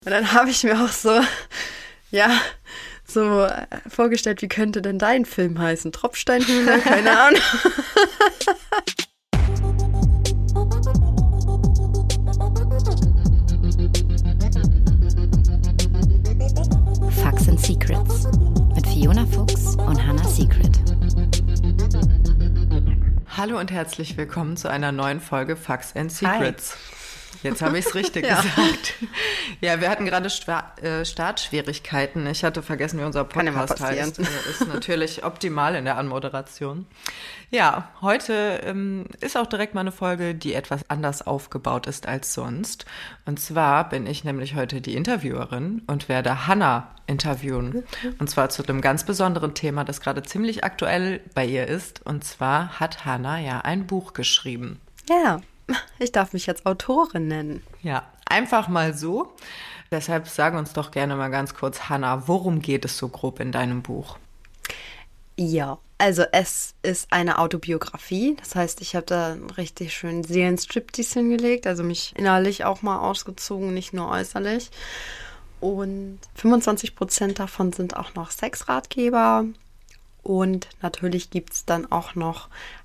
Und dann habe ich mir auch so, ja, so vorgestellt, wie könnte denn dein Film heißen? Tropfsteinhöhle? Keine Ahnung. Facts and Secrets mit Fiona Fuchs und Hannah Secret. Hallo und herzlich willkommen zu einer neuen Folge Facts and Secrets. Hi. Jetzt habe ich es richtig gesagt. Ja, wir hatten gerade Startschwierigkeiten. Ich hatte vergessen, wie unser Podcast heißt. Ist natürlich optimal in der Anmoderation. Ja, heute ist auch direkt mal eine Folge, die etwas anders aufgebaut ist als sonst. Und zwar bin ich nämlich heute die Interviewerin und werde Hannah interviewen. Und zwar zu einem ganz besonderen Thema, das gerade ziemlich aktuell bei ihr ist. Und zwar hat Hannah ja ein Buch geschrieben. Ja. Ich darf mich jetzt Autorin nennen. Ja, einfach mal so. Deshalb sag uns doch gerne mal ganz kurz, Hannah, worum geht es so grob in deinem Buch? Ja, also es ist eine Autobiografie. Das heißt, ich habe da einen richtig schönen Seelenstriptease hingelegt, also mich innerlich auch mal ausgezogen, nicht nur äußerlich. Und 25% davon sind auch noch Sexratgeber. Und natürlich gibt es dann auch noch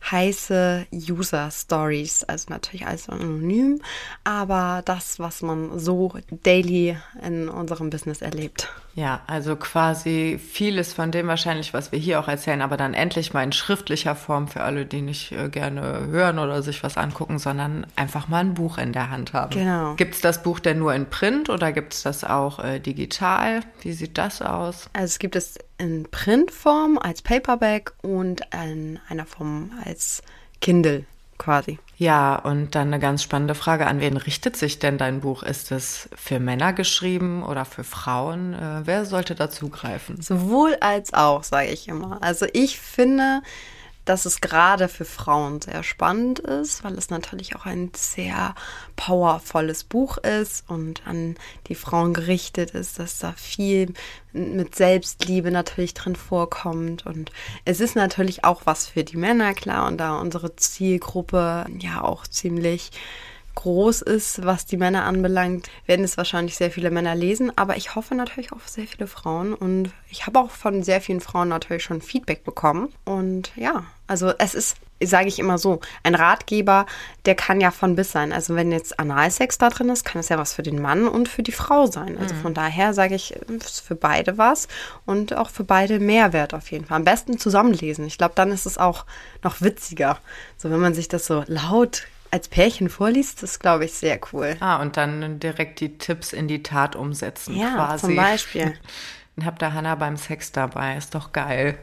heiße User-Stories, also natürlich alles anonym, aber das, was man so daily in unserem Business erlebt. Ja, also quasi vieles von dem wahrscheinlich, was wir hier auch erzählen, aber dann endlich mal in schriftlicher Form für alle, die nicht gerne hören oder sich was angucken, sondern einfach mal ein Buch in der Hand haben. Genau. Gibt es das Buch denn nur in Print oder gibt es das auch digital? Wie sieht das aus? Also es gibt es in Printform als Paperback und in einer Form als Kindle quasi. Ja, und dann eine ganz spannende Frage, an wen richtet sich denn dein Buch? Ist es für Männer geschrieben oder für Frauen? Wer sollte da zugreifen? Sowohl als auch, sage ich immer. Also ich finde, dass es gerade für Frauen sehr spannend ist, weil es natürlich auch ein sehr powervolles Buch ist und an die Frauen gerichtet ist, dass da viel mit Selbstliebe natürlich drin vorkommt. Und es ist natürlich auch was für die Männer, klar, und da unsere Zielgruppe ja auch ziemlich groß ist, was die Männer anbelangt, werden es wahrscheinlich sehr viele Männer lesen, aber ich hoffe natürlich auch sehr viele Frauen und ich habe auch von sehr vielen Frauen natürlich schon Feedback bekommen und ja, also es ist, sage ich immer so, ein Ratgeber, der kann ja von bis sein, also wenn jetzt Analsex da drin ist, kann es ja was für den Mann und für die Frau sein, also von daher sage ich, ist für beide was und auch für beide Mehrwert auf jeden Fall, am besten zusammenlesen, ich glaube, dann ist es auch noch witziger, so wenn man sich das so laut als Pärchen vorliest, ist, glaube ich, sehr cool. Ah, und dann direkt die Tipps in die Tat umsetzen, ja, quasi. Zum Beispiel. Dann habt ihr Hannah beim Sex dabei, ist doch geil.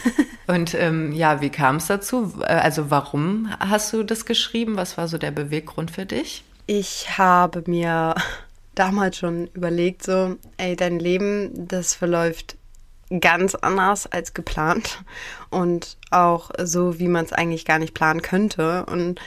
Und ja, wie kam es dazu? Also warum hast du das geschrieben? Was war so der Beweggrund für dich? Ich habe mir damals schon überlegt, so, ey, dein Leben, das verläuft ganz anders als geplant und auch so, wie man es eigentlich gar nicht planen könnte. Und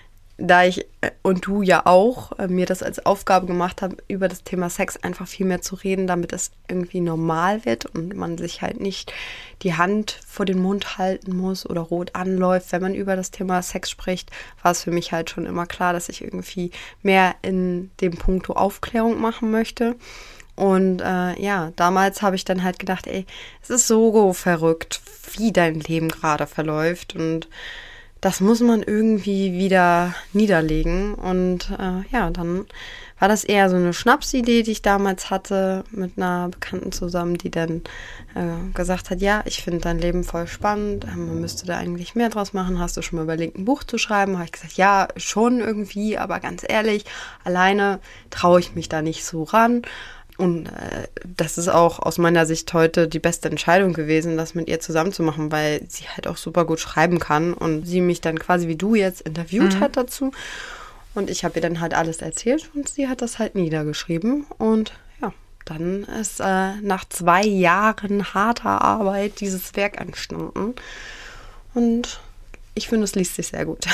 da ich und du ja auch mir das als Aufgabe gemacht haben, über das Thema Sex einfach viel mehr zu reden, damit es irgendwie normal wird und man sich halt nicht die Hand vor den Mund halten muss oder rot anläuft, wenn man über das Thema Sex spricht, war es für mich halt schon immer klar, dass ich irgendwie mehr in dem Punkto Aufklärung machen möchte. Und ja, damals habe ich dann halt gedacht, ey, es ist so verrückt, wie dein Leben gerade verläuft und das muss man irgendwie wieder niederlegen. Und ja, dann war das eher so eine Schnapsidee, die ich damals hatte mit einer Bekannten zusammen, die dann gesagt hat, ja, ich finde dein Leben voll spannend, man müsste da eigentlich mehr draus machen. Hast du schon mal überlegt, ein Buch zu schreiben? Habe ich gesagt, ja, schon irgendwie, aber ganz ehrlich, alleine traue ich mich da nicht so ran. Und das ist auch aus meiner Sicht heute die beste Entscheidung gewesen, das mit ihr zusammen zu machen, weil sie halt auch super gut schreiben kann und sie mich dann quasi wie du jetzt interviewt hat dazu. Und ich habe ihr dann halt alles erzählt und sie hat das halt niedergeschrieben. Und ja, dann ist nach 2 Jahren harter Arbeit dieses Werk entstanden. Und ich finde, es liest sich sehr gut.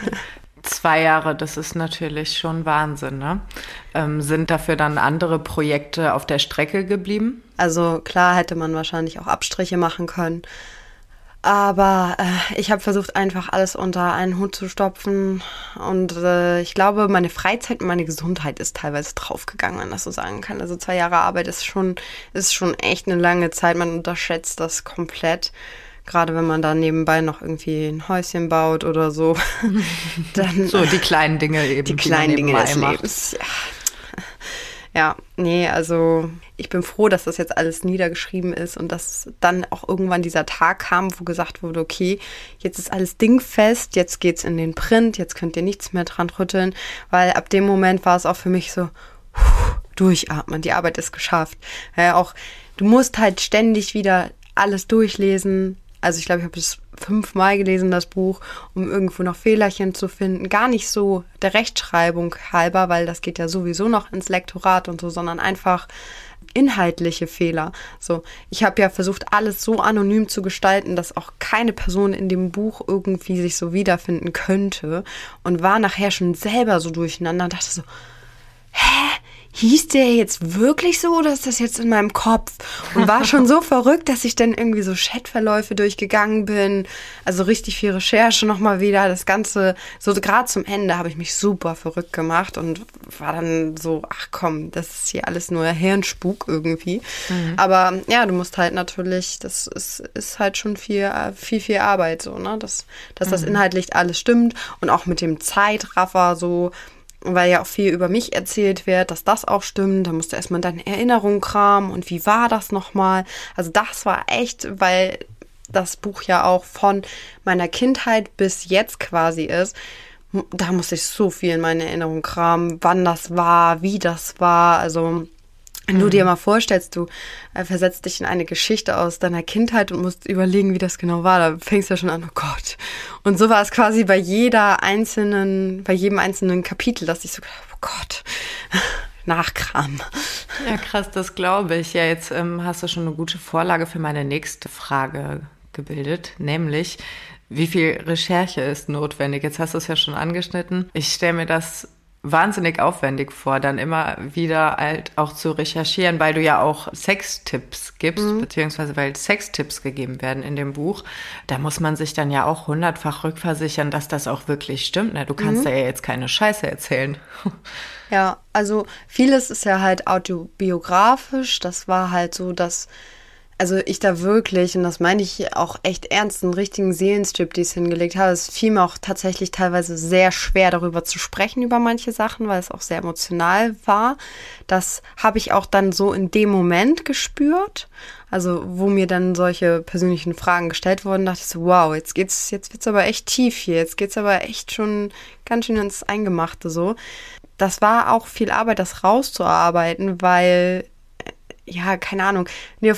2 Jahre, das ist natürlich schon Wahnsinn, ne? Sind dafür dann andere Projekte auf der Strecke geblieben? Also klar hätte man wahrscheinlich auch Abstriche machen können. Aber ich habe versucht, einfach alles unter einen Hut zu stopfen. Und ich glaube, meine Freizeit und meine Gesundheit ist teilweise draufgegangen, wenn man das so sagen kann. Also 2 Jahre Arbeit ist schon echt eine lange Zeit. Man unterschätzt das komplett. Gerade wenn man da nebenbei noch irgendwie ein Häuschen baut oder so. Dann, so die kleinen Dinge eben. Die kleinen Dinge des Lebens, ja. Ja, nee, also ich bin froh, dass das jetzt alles niedergeschrieben ist und dass dann auch irgendwann dieser Tag kam, wo gesagt wurde, okay, jetzt ist alles dingfest, jetzt geht's in den Print, jetzt könnt ihr nichts mehr dran rütteln, weil ab dem Moment war es auch für mich so, durchatmen, die Arbeit ist geschafft. Ja, auch du musst halt ständig wieder alles durchlesen. Also ich glaube, ich habe es 5-mal gelesen, das Buch, um irgendwo noch Fehlerchen zu finden. Gar nicht so der Rechtschreibung halber, weil das geht ja sowieso noch ins Lektorat und so, sondern einfach inhaltliche Fehler. So, ich habe ja versucht, alles so anonym zu gestalten, dass auch keine Person in dem Buch irgendwie sich so wiederfinden könnte und war nachher schon selber so durcheinander und dachte so, hieß der jetzt wirklich so oder ist das jetzt in meinem Kopf? Und war schon so verrückt, dass ich dann irgendwie so Chatverläufe durchgegangen bin. Also richtig viel Recherche nochmal wieder. Das Ganze, so gerade zum Ende habe ich mich super verrückt gemacht und war dann so, ach komm, das ist hier alles nur Hirnspuk irgendwie. Mhm. Aber ja, du musst halt natürlich, das ist halt schon viel Arbeit so, ne? Dass das inhaltlich alles stimmt und auch mit dem Zeitraffer so, weil ja auch viel über mich erzählt wird, dass das auch stimmt. Da musst du erstmal deine Erinnerungen kramen und wie war das nochmal? Also das war echt, weil das Buch ja auch von meiner Kindheit bis jetzt quasi ist. Da musste ich so viel in meine Erinnerungen kramen, wann das war, wie das war. Also wenn du dir mal vorstellst, du versetzt dich in eine Geschichte aus deiner Kindheit und musst überlegen, wie das genau war, da fängst du ja schon an, oh Gott. Und so war es quasi bei jedem einzelnen Kapitel, dass ich so gedacht habe, oh Gott, Nachkram. Ja, krass, das glaube ich. Ja, jetzt hast du schon eine gute Vorlage für meine nächste Frage gebildet, nämlich, wie viel Recherche ist notwendig? Jetzt hast du es ja schon angeschnitten. Ich stelle mir das wahnsinnig aufwendig vor, dann immer wieder halt auch zu recherchieren, weil du ja auch Sextipps gibst, beziehungsweise weil Sextipps gegeben werden in dem Buch. Da muss man sich dann ja auch 100-fach rückversichern, dass das auch wirklich stimmt. Ne? Du kannst da ja jetzt keine Scheiße erzählen. Ja, also vieles ist ja halt autobiografisch. Das war halt so, dass ich da wirklich, und das meine ich auch echt ernst, einen richtigen Seelenstriptease hingelegt habe. Es fiel mir auch tatsächlich teilweise sehr schwer, darüber zu sprechen, über manche Sachen, weil es auch sehr emotional war. Das habe ich auch dann so in dem Moment gespürt. Also wo mir dann solche persönlichen Fragen gestellt wurden, dachte ich so, wow, jetzt wird's aber echt tief hier. Jetzt geht's aber echt schon ganz schön ins Eingemachte so. Das war auch viel Arbeit, das rauszuarbeiten, weil ja, keine Ahnung.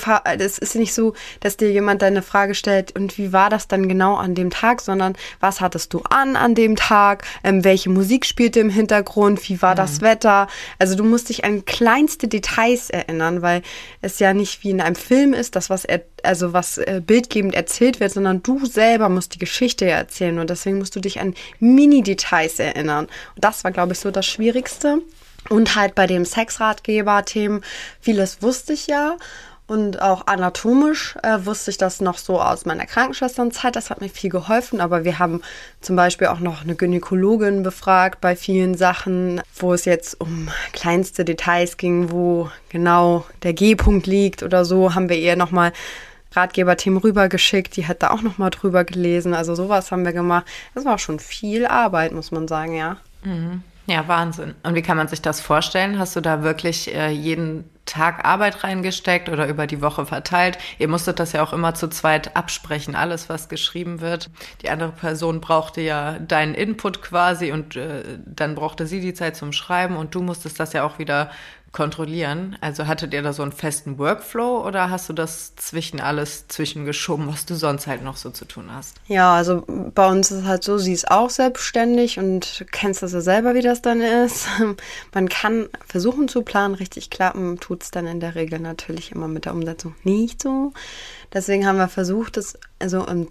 Es ist nicht so, dass dir jemand deine Frage stellt, und wie war das dann genau an dem Tag, sondern was hattest du an dem Tag? Welche Musik spielte im Hintergrund? Wie war das Wetter? Also du musst dich an kleinste Details erinnern, weil es ja nicht wie in einem Film ist, das was bildgebend erzählt wird, sondern du selber musst die Geschichte ja erzählen und deswegen musst du dich an Mini-Details erinnern. Und das war, glaube ich, so das Schwierigste. Und halt bei dem Sexratgeber-Themen, vieles wusste ich ja und auch anatomisch wusste ich das noch so aus meiner Krankenschwesternzeit. Das hat mir viel geholfen, aber wir haben zum Beispiel auch noch eine Gynäkologin befragt bei vielen Sachen, wo es jetzt um kleinste Details ging, wo genau der G-Punkt liegt oder so, haben wir ihr nochmal Ratgeberthemen rübergeschickt, die hat da auch nochmal drüber gelesen, also sowas haben wir gemacht. Das war schon viel Arbeit, muss man sagen, ja. Mhm. Ja, Wahnsinn. Und wie kann man sich das vorstellen? Hast du da wirklich jeden Tag Arbeit reingesteckt oder über die Woche verteilt? Ihr musstet das ja auch immer zu zweit absprechen, alles, was geschrieben wird. Die andere Person brauchte ja deinen Input quasi und dann brauchte sie die Zeit zum Schreiben und du musstest das ja auch wieder kontrollieren. Also hattet ihr da so einen festen Workflow oder hast du das zwischengeschoben, was du sonst halt noch so zu tun hast? Ja, also bei uns ist es halt so, sie ist auch selbstständig und du kennst das ja selber, wie das dann ist. Man kann versuchen zu planen, richtig klappen, tut es dann in der Regel natürlich immer mit der Umsetzung nicht so. Deswegen haben wir versucht, es also im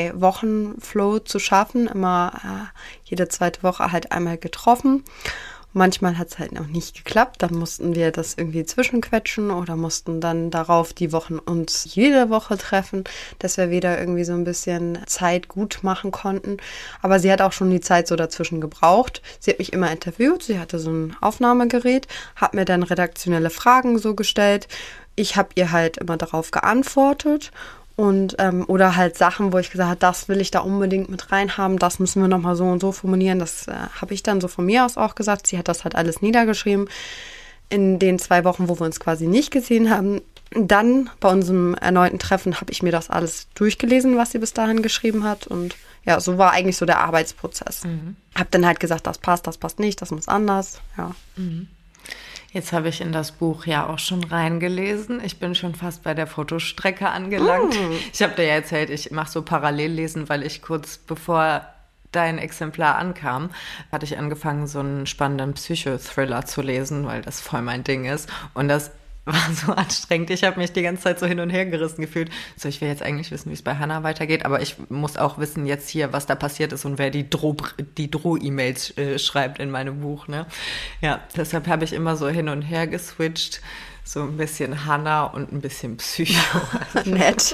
2-Wochen-Flow zu schaffen, immer jede zweite Woche halt einmal getroffen. Manchmal hat es halt noch nicht geklappt, dann mussten wir das irgendwie zwischenquetschen oder mussten dann darauf die Wochen uns jede Woche treffen, dass wir wieder irgendwie so ein bisschen Zeit gut machen konnten. Aber sie hat auch schon die Zeit so dazwischen gebraucht. Sie hat mich immer interviewt, sie hatte so ein Aufnahmegerät, hat mir dann redaktionelle Fragen so gestellt. Ich habe ihr halt immer darauf geantwortet. Und oder halt Sachen, wo ich gesagt habe, das will ich da unbedingt mit reinhaben, das müssen wir nochmal so und so formulieren. Das habe ich dann so von mir aus auch gesagt. Sie hat das halt alles niedergeschrieben in den 2 Wochen, wo wir uns quasi nicht gesehen haben. Dann bei unserem erneuten Treffen habe ich mir das alles durchgelesen, was sie bis dahin geschrieben hat. Und ja, so war eigentlich so der Arbeitsprozess. Habe dann halt gesagt, das passt nicht, das muss anders. Ja. Jetzt habe ich in das Buch ja auch schon reingelesen. Ich bin schon fast bei der Fotostrecke angelangt. Ich habe dir ja erzählt, ich mache so Parallellesen, weil ich kurz bevor dein Exemplar ankam, hatte ich angefangen, so einen spannenden Psychothriller zu lesen, weil das voll mein Ding ist. Und das war so anstrengend. Ich habe mich die ganze Zeit so hin und her gerissen gefühlt. So, ich will jetzt eigentlich wissen, wie es bei Hannah weitergeht, aber ich muss auch wissen jetzt hier, was da passiert ist und wer die Droh-E-Mails schreibt in meinem Buch, ne? Ja, deshalb habe ich immer so hin und her geswitcht. So ein bisschen Hannah und ein bisschen Psycho. Nett.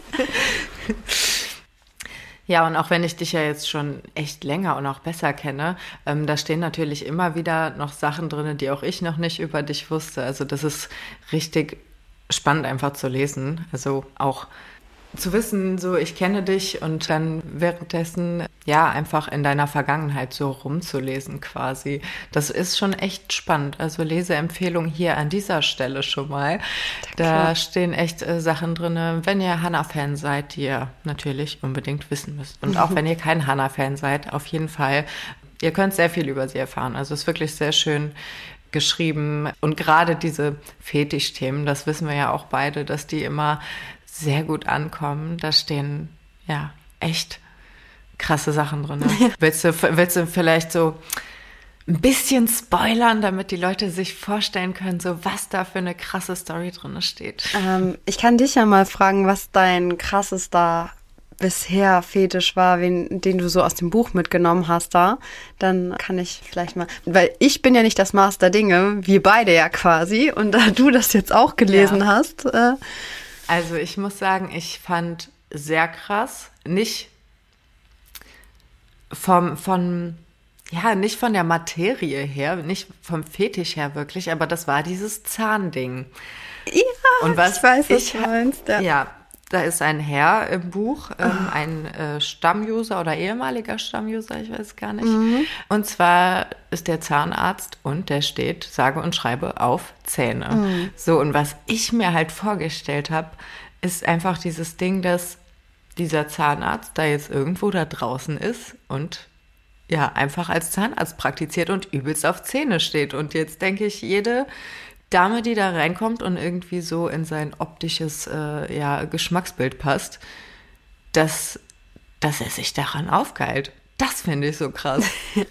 Ja, und auch wenn ich dich ja jetzt schon echt länger und auch besser kenne, da stehen natürlich immer wieder noch Sachen drin, die auch ich noch nicht über dich wusste. Also das ist richtig spannend einfach zu lesen. Also auch zu wissen, so ich kenne dich und dann währenddessen ja einfach in deiner Vergangenheit so rumzulesen quasi. Das ist schon echt spannend. Also Leseempfehlung hier an dieser Stelle schon mal. Da stehen echt Sachen drin, wenn ihr Hannah-Fan seid, die ihr natürlich unbedingt wissen müsst. Und auch wenn ihr kein Hannah-Fan seid, auf jeden Fall. Ihr könnt sehr viel über sie erfahren. Also es ist wirklich sehr schön geschrieben. Und gerade diese Fetischthemen, das wissen wir ja auch beide, dass die immer sehr gut ankommen. Da stehen ja echt krasse Sachen drin. Ja. Willst du vielleicht so ein bisschen spoilern, damit die Leute sich vorstellen können, so was da für eine krasse Story drin steht? Ich kann dich ja mal fragen, was dein krassester bisher Fetisch war, den du so aus dem Buch mitgenommen hast da. Dann kann ich vielleicht mal, weil ich bin ja nicht das Maß der Dinge, wir beide ja quasi. Und da du das jetzt auch gelesen hast, also ich muss sagen, ich fand sehr krass, nicht nicht von der Materie her, nicht vom Fetisch her wirklich, aber das war dieses Zahnding. Ja, und was ich weiß, was du meinst. Ja, da ist ein Herr im Buch, ein Stammuser oder ehemaliger Stammuser, ich weiß gar nicht. Und zwar ist der Zahnarzt und der steht, sage und schreibe, auf Zähne. So, und was ich mir halt vorgestellt habe, ist einfach dieses Ding, dass dieser Zahnarzt da jetzt irgendwo da draußen ist und ja, einfach als Zahnarzt praktiziert und übelst auf Zähne steht. Und jetzt denke ich, jede Dame, die da reinkommt und irgendwie so in sein optisches Geschmacksbild passt, dass er sich daran aufgeilt. Das finde ich so krass.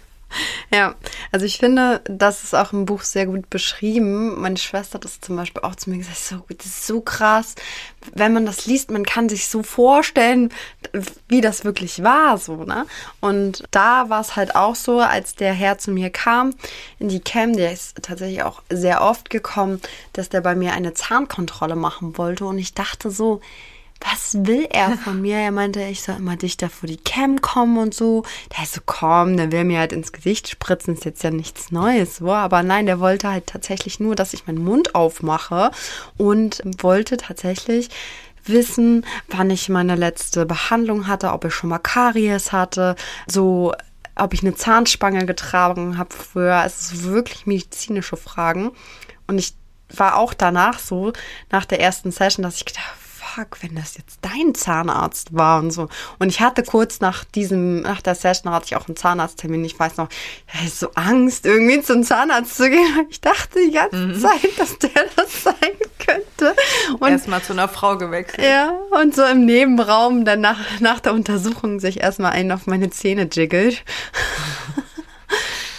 Ja, also ich finde, das ist auch im Buch sehr gut beschrieben. Meine Schwester hat das zum Beispiel auch zu mir gesagt, das ist so krass. Wenn man das liest, man kann sich so vorstellen, wie das wirklich war, so, ne? Und da war es halt auch so, als der Herr zu mir kam in die Cam, der ist tatsächlich auch sehr oft gekommen, dass der bei mir eine Zahnkontrolle machen wollte. Und ich dachte so, was will er von mir? Er meinte, ich soll immer dichter vor die Cam kommen und so. Der ist so, komm, der will mir halt ins Gesicht spritzen, ist jetzt ja nichts Neues, so. Aber nein, der wollte halt tatsächlich nur, dass ich meinen Mund aufmache und wollte tatsächlich wissen, wann ich meine letzte Behandlung hatte, ob ich schon mal Karies hatte, so, ob ich eine Zahnspange getragen habe früher. Es ist wirklich medizinische Fragen. Und ich war auch danach so, nach der ersten Session, dass ich gedacht habe, wenn das jetzt dein Zahnarzt war und so. Und ich hatte kurz nach der Session hatte ich auch einen Zahnarzttermin. Ich weiß noch, ich hatte so Angst, irgendwie zum Zahnarzt zu gehen. Ich dachte die ganze Zeit, dass der das sein könnte. Und erstmal zu einer Frau gewechselt. Ja, und so im Nebenraum dann nach der Untersuchung sich erstmal einen auf meine Zähne jiggelt.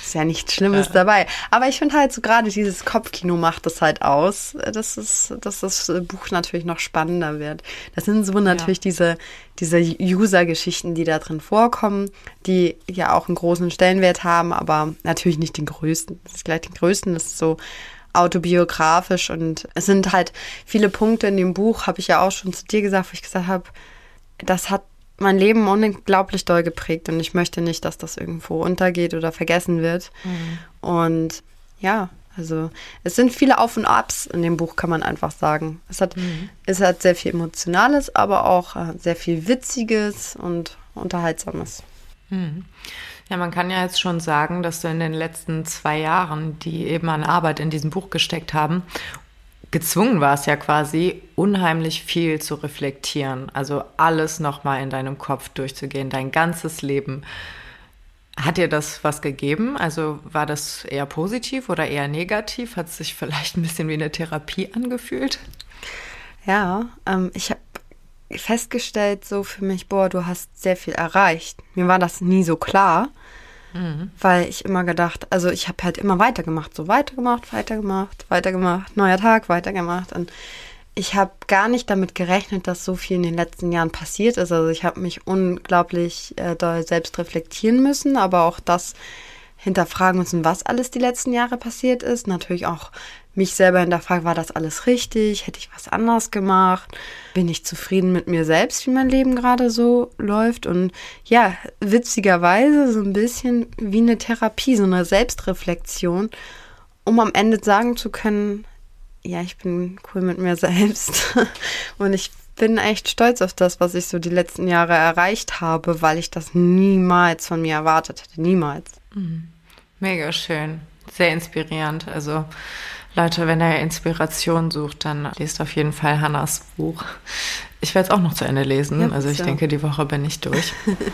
ist ja nichts Schlimmes dabei. Aber ich finde halt so gerade dieses Kopfkino macht das halt aus, dass das Buch natürlich noch spannender wird. Das sind so natürlich diese User-Geschichten, die da drin vorkommen, die ja auch einen großen Stellenwert haben, aber natürlich nicht den größten. Das ist gleich den größten, das ist so autobiografisch und es sind halt viele Punkte in dem Buch, habe ich ja auch schon zu dir gesagt, wo ich gesagt habe, das hat mein Leben unglaublich doll geprägt und ich möchte nicht, dass das irgendwo untergeht oder vergessen wird. Und ja, also es sind viele Auf und Abs in dem Buch, kann man einfach sagen. Es hat sehr viel Emotionales, aber auch sehr viel Witziges und Unterhaltsames. Ja, man kann ja jetzt schon sagen, dass du in den letzten 2 Jahren, die eben an Arbeit in diesem Buch gesteckt haben, gezwungen warst ja quasi, unheimlich viel zu reflektieren. Also alles nochmal in deinem Kopf durchzugehen, dein ganzes Leben. Hat dir das was gegeben? Also war das eher positiv oder eher negativ? Hat es sich vielleicht ein bisschen wie eine Therapie angefühlt? Ja, ich habe festgestellt so für mich, du hast sehr viel erreicht. Mir war das nie so klar, weil ich immer gedacht, also ich habe halt immer weitergemacht, neuer Tag, weitergemacht und ich habe gar nicht damit gerechnet, dass so viel in den letzten Jahren passiert ist. Also ich habe mich unglaublich doll selbst reflektieren müssen, aber auch das hinterfragen müssen, was alles die letzten Jahre passiert ist. Natürlich auch mich selber hinterfragen, war das alles richtig? Hätte ich was anders gemacht? Bin ich zufrieden mit mir selbst, wie mein Leben gerade so läuft? Und ja, witzigerweise so ein bisschen wie eine Therapie, so eine Selbstreflexion, um am Ende sagen zu können, ja, ich bin cool mit mir selbst und ich bin echt stolz auf das, was ich so die letzten Jahre erreicht habe, weil ich das niemals von mir erwartet hätte. Niemals. Mega schön. Sehr inspirierend. Also Leute, wenn ihr Inspiration sucht, dann lest auf jeden Fall Hannas Buch. Ich werde es auch noch zu Ende lesen. Ja, also ich denke, die Woche bin ich durch.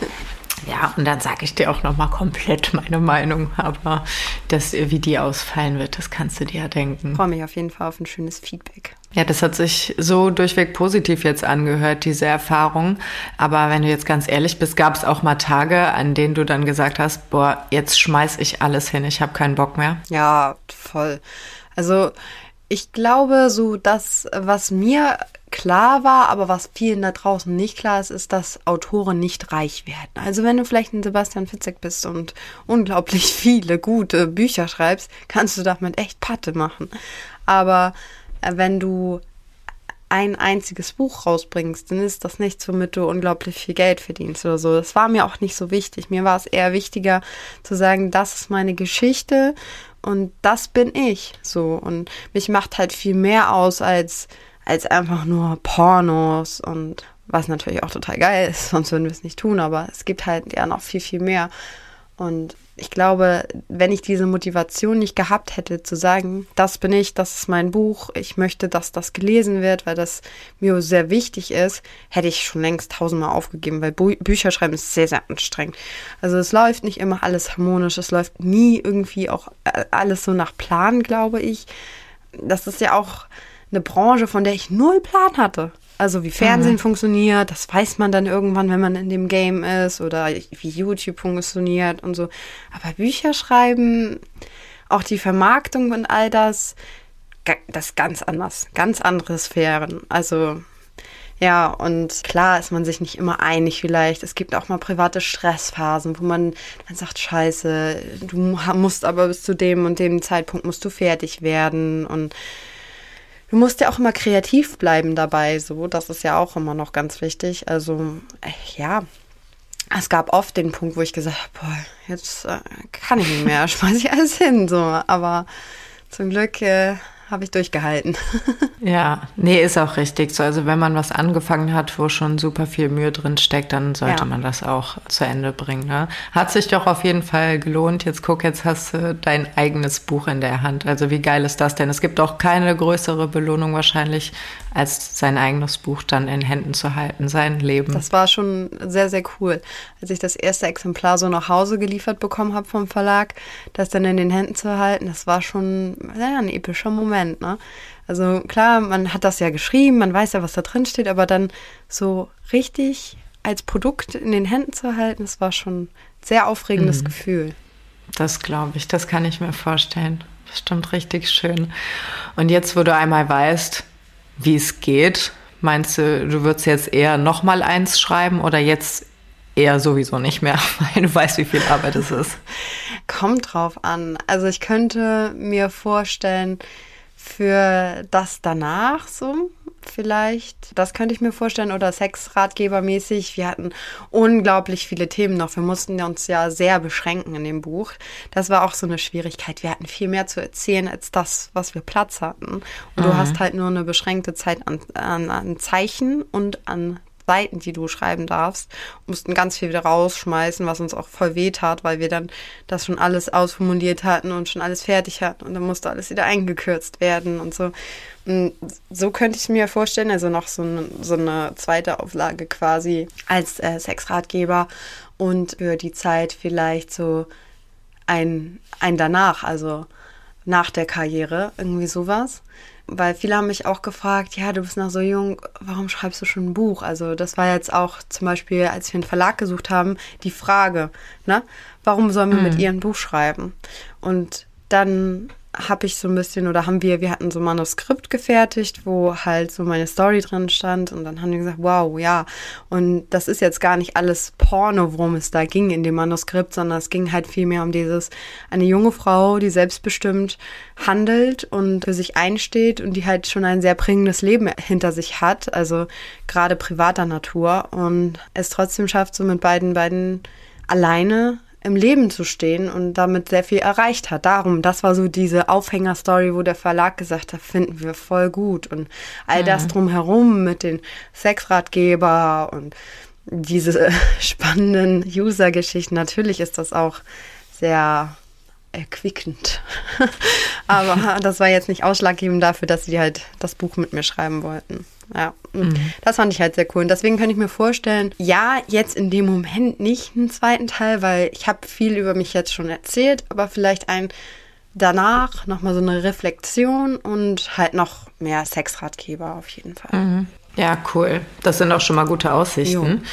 Ja, und dann sage ich dir auch nochmal komplett meine Meinung. Aber wie die ausfallen wird, das kannst du dir ja denken. Ich freue mich auf jeden Fall auf ein schönes Feedback. Ja, das hat sich so durchweg positiv jetzt angehört, diese Erfahrung. Aber wenn du jetzt ganz ehrlich bist, gab es auch mal Tage, an denen du dann gesagt hast, jetzt schmeiß ich alles hin, ich habe keinen Bock mehr? Ja, voll. Also ich glaube, so das, was mir klar war, aber was vielen da draußen nicht klar ist, ist, dass Autoren nicht reich werden. Also wenn du vielleicht ein Sebastian Fitzek bist und unglaublich viele gute Bücher schreibst, kannst du damit echt Patte machen. Aber wenn du ein einziges Buch rausbringst, dann ist das nichts, womit du unglaublich viel Geld verdienst oder so. Das war mir auch nicht so wichtig. Mir war es eher wichtiger zu sagen, das ist meine Geschichte und das bin ich. So. Und mich macht halt viel mehr aus als einfach nur Pornos und was natürlich auch total geil ist, sonst würden wir es nicht tun, aber es gibt halt ja noch viel, viel mehr. Und ich glaube, wenn ich diese Motivation nicht gehabt hätte, zu sagen, das bin ich, das ist mein Buch, ich möchte, dass das gelesen wird, weil das mir sehr wichtig ist, hätte ich schon längst 1000-mal aufgegeben, weil Bücher schreiben ist sehr, sehr anstrengend. Also es läuft nicht immer alles harmonisch, es läuft nie irgendwie auch alles so nach Plan, glaube ich. Das ist ja auch eine Branche, von der ich null Plan hatte. Also wie Fernsehen funktioniert, das weiß man dann irgendwann, wenn man in dem Game ist oder wie YouTube funktioniert und so. Aber Bücher schreiben, auch die Vermarktung und all das ist ganz anders, ganz andere Sphären. Also ja, und klar ist man sich nicht immer einig vielleicht. Es gibt auch mal private Stressphasen, wo man dann sagt, scheiße, du musst aber bis zu dem und dem Zeitpunkt musst du fertig werden und du musst ja auch immer kreativ bleiben dabei, so, das ist ja auch immer noch ganz wichtig. Also, ja, es gab oft den Punkt, wo ich gesagt habe, jetzt kann ich nicht mehr, schmeiß ich alles hin, so. Aber zum Glück habe ich durchgehalten. Ja, nee, ist auch richtig so. Also wenn man was angefangen hat, wo schon super viel Mühe drin steckt, dann sollte man das auch zu Ende bringen. Ne? Hat sich doch auf jeden Fall gelohnt. Jetzt hast du dein eigenes Buch in der Hand. Also wie geil ist das denn? Es gibt auch keine größere Belohnung wahrscheinlich, als sein eigenes Buch dann in Händen zu halten, sein Leben. Das war schon sehr, sehr cool. Als ich das erste Exemplar so nach Hause geliefert bekommen habe vom Verlag, das dann in den Händen zu halten, das war schon ein epischer Moment, ne? Also klar, man hat das ja geschrieben, man weiß ja, was da drin steht, aber dann so richtig als Produkt in den Händen zu halten, das war schon ein sehr aufregendes Gefühl. Das glaube ich, das kann ich mir vorstellen. Bestimmt richtig schön. Und jetzt, wo du einmal weißt, wie es geht, meinst du würdest jetzt eher nochmal eins schreiben oder jetzt eher sowieso nicht mehr, weil du weißt, wie viel Arbeit es ist? Kommt drauf an. Also ich könnte mir vorstellen, für das danach so vielleicht, das könnte ich mir vorstellen, oder Sexratgebermäßig. Wir hatten unglaublich viele Themen noch. Wir mussten uns ja sehr beschränken in dem Buch. Das war auch so eine Schwierigkeit. Wir hatten viel mehr zu erzählen als das, was wir Platz hatten. Und du hast halt nur eine beschränkte Zeit an Zeichen und an Seiten, die du schreiben darfst, mussten ganz viel wieder rausschmeißen, was uns auch voll weh tat, weil wir dann das schon alles ausformuliert hatten und schon alles fertig hatten und dann musste alles wieder eingekürzt werden und so. Und so könnte ich es mir vorstellen, also noch so eine zweite Auflage quasi als Sexratgeber und für die Zeit vielleicht so ein danach, also nach der Karriere, irgendwie sowas. Weil viele haben mich auch gefragt, ja, du bist noch so jung, warum schreibst du schon ein Buch? Also das war jetzt auch zum Beispiel, als wir einen Verlag gesucht haben, die Frage, ne? Warum sollen wir mit ihr ein Buch schreiben? Und dann habe ich so ein bisschen, oder wir hatten so ein Manuskript gefertigt, wo halt so meine Story drin stand und dann haben die gesagt, wow, ja, und das ist jetzt gar nicht alles Porno, worum es da ging in dem Manuskript, sondern es ging halt vielmehr um eine junge Frau, die selbstbestimmt handelt und für sich einsteht und die halt schon ein sehr prägendes Leben hinter sich hat, also gerade privater Natur und es trotzdem schafft, so mit beiden alleine im Leben zu stehen und damit sehr viel erreicht hat. Das war so diese Aufhängerstory, wo der Verlag gesagt hat, finden wir voll gut. Und all das drumherum mit den Sexratgeber und diese spannenden User-Geschichten. Natürlich ist das auch sehr erquickend. Aber das war jetzt nicht ausschlaggebend dafür, dass sie halt das Buch mit mir schreiben wollten. Ja, das fand ich halt sehr cool. Und deswegen könnte ich mir vorstellen, ja, jetzt in dem Moment nicht einen zweiten Teil, weil ich habe viel über mich jetzt schon erzählt, aber vielleicht danach nochmal so eine Reflexion und halt noch mehr Sexratgeber auf jeden Fall. Mhm. Ja, cool. Das sind auch schon mal gute Aussichten. Jo.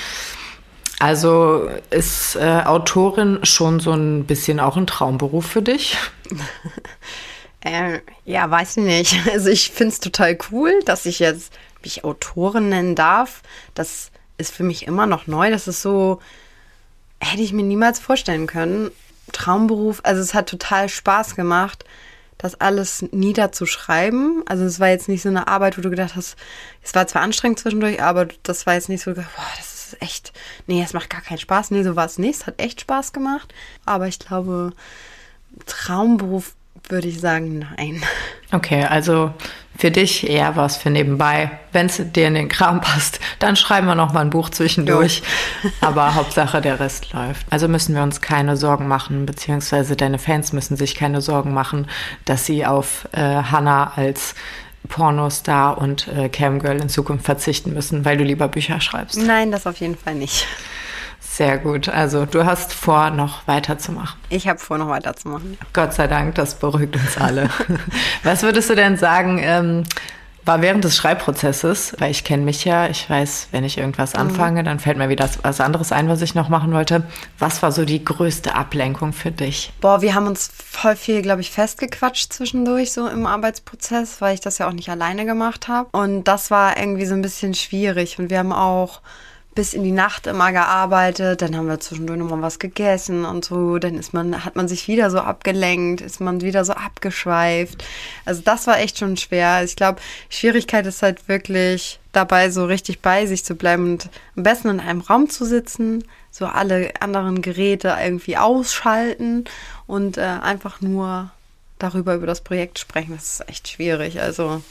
Also ist Autorin schon so ein bisschen auch ein Traumberuf für dich? Ja, weiß ich nicht. Also ich finde es total cool, dass ich jetzt mich Autorin nennen darf. Das ist für mich immer noch neu. Das ist so, hätte ich mir niemals vorstellen können. Traumberuf, also es hat total Spaß gemacht, das alles niederzuschreiben. Also es war jetzt nicht so eine Arbeit, wo du gedacht hast, es war zwar anstrengend zwischendurch, aber das war jetzt nicht so, boah, das ist echt, nee, es macht gar keinen Spaß. Nee, so war es nicht. Es hat echt Spaß gemacht. Aber ich glaube, Traumberuf würde ich sagen, nein. Okay, also für dich eher was für nebenbei. Wenn es dir in den Kram passt, dann schreiben wir noch mal ein Buch zwischendurch. Aber Hauptsache, der Rest läuft. Also müssen wir uns keine Sorgen machen, beziehungsweise deine Fans müssen sich keine Sorgen machen, dass sie auf Hannah als Pornostar und Camgirl in Zukunft verzichten müssen, weil du lieber Bücher schreibst. Nein, das auf jeden Fall nicht. Sehr gut. Also du hast vor, noch weiterzumachen. Ich habe vor, noch weiterzumachen. Gott sei Dank, das beruhigt uns alle. Was würdest du denn sagen, war während des Schreibprozesses, weil ich kenne mich ja, ich weiß, wenn ich irgendwas anfange, dann fällt mir wieder was anderes ein, was ich noch machen wollte. Was war so die größte Ablenkung für dich? Boah, wir haben uns voll viel, glaube ich, festgequatscht zwischendurch so im Arbeitsprozess, weil ich das ja auch nicht alleine gemacht habe. Und das war irgendwie so ein bisschen schwierig. Und wir haben auch bis in die Nacht immer gearbeitet, dann haben wir zwischendurch nochmal was gegessen und so, dann hat man sich wieder so abgelenkt, ist man wieder so abgeschweift. Also das war echt schon schwer. Ich glaube, Schwierigkeit ist halt wirklich dabei, so richtig bei sich zu bleiben und am besten in einem Raum zu sitzen, so alle anderen Geräte irgendwie ausschalten und einfach nur über das Projekt sprechen. Das ist echt schwierig. Also,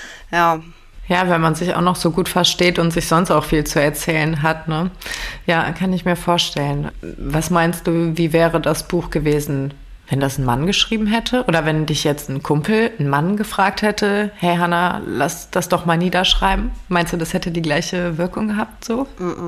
ja. Ja, wenn man sich auch noch so gut versteht und sich sonst auch viel zu erzählen hat, ne? Ja, kann ich mir vorstellen. Was meinst du, wie wäre das Buch gewesen, wenn das ein Mann geschrieben hätte? Oder wenn dich jetzt ein Kumpel, ein Mann gefragt hätte, hey Hannah, lass das doch mal niederschreiben? Meinst du, das hätte die gleiche Wirkung gehabt so?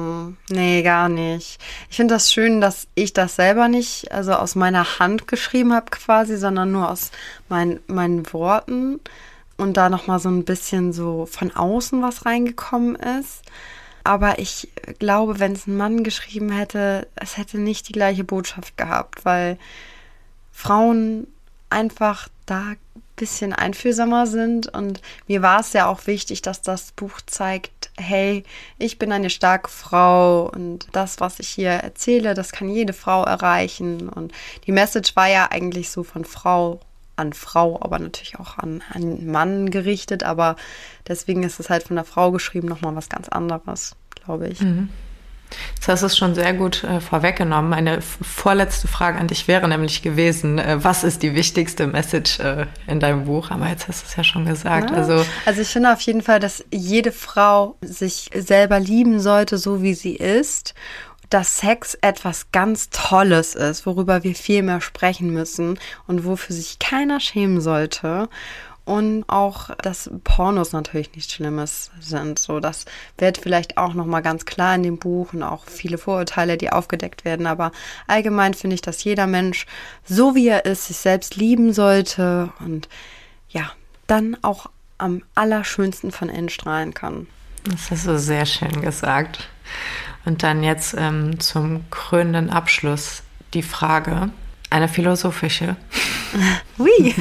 Nee, gar nicht. Ich finde das schön, dass ich das selber nicht, also aus meiner Hand geschrieben habe quasi, sondern nur aus meinen Worten. Und da nochmal so ein bisschen so von außen was reingekommen ist. Aber ich glaube, wenn es ein Mann geschrieben hätte, es hätte nicht die gleiche Botschaft gehabt, weil Frauen einfach da ein bisschen einfühlsamer sind. Und mir war es ja auch wichtig, dass das Buch zeigt, hey, ich bin eine starke Frau und das, was ich hier erzähle, das kann jede Frau erreichen. Und die Message war ja eigentlich so von Frau an Frau, aber natürlich auch an einen Mann gerichtet. Aber deswegen ist es halt von der Frau geschrieben, nochmal was ganz anderes, glaube ich. Mhm. Das hast du es schon sehr gut vorweggenommen. Meine vorletzte Frage an dich wäre nämlich gewesen, was ist die wichtigste Message in deinem Buch? Aber jetzt hast du es ja schon gesagt. Ja. Also ich finde auf jeden Fall, dass jede Frau sich selber lieben sollte, so wie sie ist. Dass Sex etwas ganz Tolles ist, worüber wir viel mehr sprechen müssen und wofür sich keiner schämen sollte. Und auch, dass Pornos natürlich nichts Schlimmes sind. So, das wird vielleicht auch nochmal ganz klar in dem Buch und auch viele Vorurteile, die aufgedeckt werden. Aber allgemein finde ich, dass jeder Mensch, so wie er ist, sich selbst lieben sollte und ja, dann auch am allerschönsten von innen strahlen kann. Das hast du sehr schön gesagt. Und dann jetzt zum krönenden Abschluss die Frage, eine philosophische. Ui.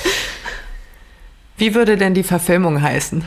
Wie würde denn die Verfilmung heißen?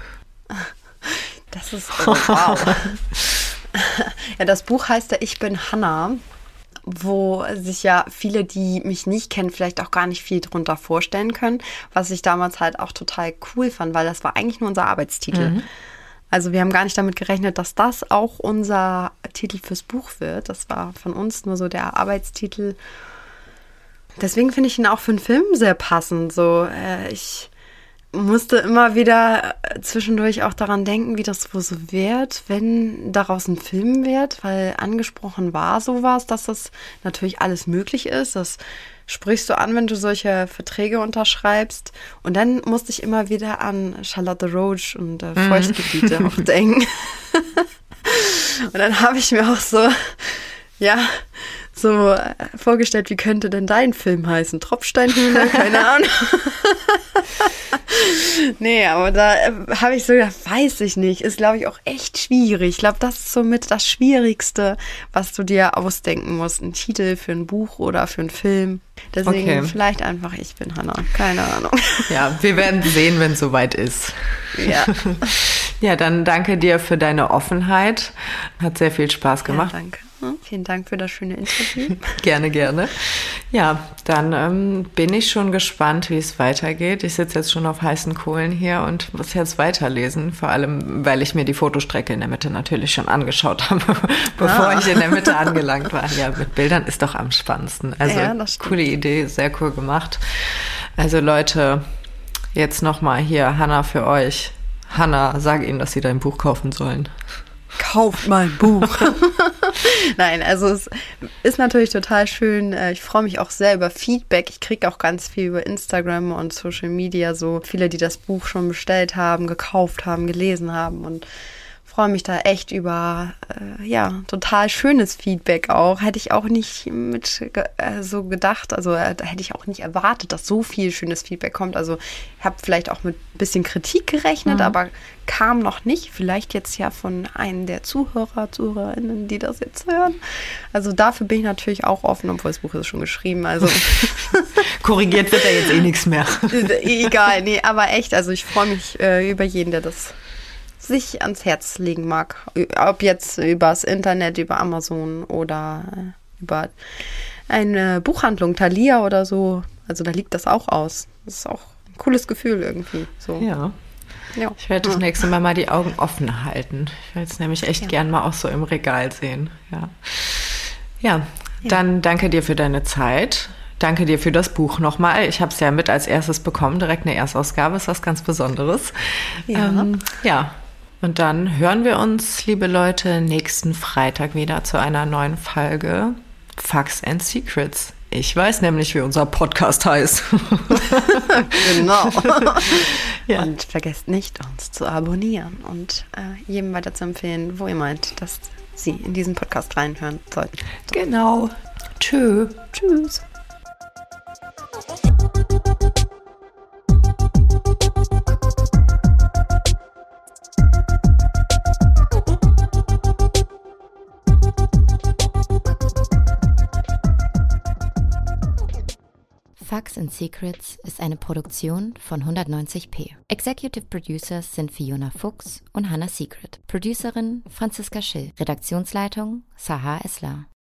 Das ist wow. Ja, das Buch heißt ja Ich bin Hannah, wo sich ja viele, die mich nicht kennen, vielleicht auch gar nicht viel drunter vorstellen können, was ich damals halt auch total cool fand, weil das war eigentlich nur unser Arbeitstitel. Mhm. Also wir haben gar nicht damit gerechnet, dass das auch unser Titel fürs Buch wird. Das war von uns nur so der Arbeitstitel. Deswegen finde ich ihn auch für einen Film sehr passend. So, ich musste immer wieder zwischendurch auch daran denken, wie das wohl so wird, wenn daraus ein Film wird, weil angesprochen war sowas, dass das natürlich alles möglich ist. Das sprichst du an, wenn du solche Verträge unterschreibst. Und dann musste ich immer wieder an Charlotte Roach und Feuchtgebiete auch denken. Und dann habe ich mir auch so vorgestellt, wie könnte denn dein Film heißen? Tropfsteinhöhle? Keine Ahnung. Nee, aber da habe ich so gedacht, weiß ich nicht. Ist, glaube ich, auch echt schwierig. Ich glaube, das ist somit das Schwierigste, was du dir ausdenken musst. Ein Titel für ein Buch oder für einen Film. Deswegen vielleicht einfach Ich bin Hannah. Keine Ahnung. Ja, wir werden sehen, wenn es soweit ist. Ja. Ja, dann danke dir für deine Offenheit. Hat sehr viel Spaß gemacht. Ja, danke. Vielen Dank für das schöne Interview. Gerne, gerne. Ja, dann bin ich schon gespannt, wie es weitergeht. Ich sitze jetzt schon auf heißen Kohlen hier und muss jetzt weiterlesen. Vor allem, weil ich mir die Fotostrecke in der Mitte natürlich schon angeschaut habe, bevor ich in der Mitte angelangt war. Ja, mit Bildern ist doch am spannendsten. Also ja, coole Idee, sehr cool gemacht. Also Leute, jetzt nochmal hier Hannah für euch. Hannah, sag ihnen, dass sie dein Buch kaufen sollen. Kauft mein Buch. Nein, also es ist natürlich total schön. Ich freue mich auch sehr über Feedback. Ich kriege auch ganz viel über Instagram und Social Media, so viele, die das Buch schon bestellt haben, gekauft haben, gelesen haben und freue mich da echt über total schönes Feedback auch. Hätte ich auch nicht so gedacht, also da hätte ich auch nicht erwartet, dass so viel schönes Feedback kommt. Also ich habe vielleicht auch mit ein bisschen Kritik gerechnet, aber kam noch nicht. Vielleicht jetzt ja von einem der ZuhörerInnen, die das jetzt hören. Also dafür bin ich natürlich auch offen, obwohl das Buch ist schon geschrieben. Also korrigiert wird da jetzt eh nichts mehr. Egal, nee, aber echt, also ich freue mich über jeden, der das sich ans Herz legen mag. Ob jetzt übers Internet, über Amazon oder über eine Buchhandlung, Thalia oder so. Also da liegt das auch aus. Das ist auch ein cooles Gefühl irgendwie. So. Ja. Ich werde das nächste Mal die Augen offen halten. Ich will es nämlich echt gern mal auch so im Regal sehen. Ja, dann danke dir für deine Zeit. Danke dir für das Buch nochmal. Ich habe es ja mit als erstes bekommen. Direkt eine Erstausgabe ist was ganz Besonderes. Ja. Und dann hören wir uns, liebe Leute, nächsten Freitag wieder zu einer neuen Folge Facts and Secrets. Ich weiß nämlich, wie unser Podcast heißt. Genau. Ja. Und vergesst nicht, uns zu abonnieren und jedem weiter zu empfehlen, wo ihr meint, dass sie in diesen Podcast reinhören sollten. So. Genau. Tschüss. Facts and Secrets ist eine Produktion von 190p. Executive Producers sind Fiona Fuchs und Hannah Secret. Producerin Franziska Schill. Redaktionsleitung Sahar Eslar.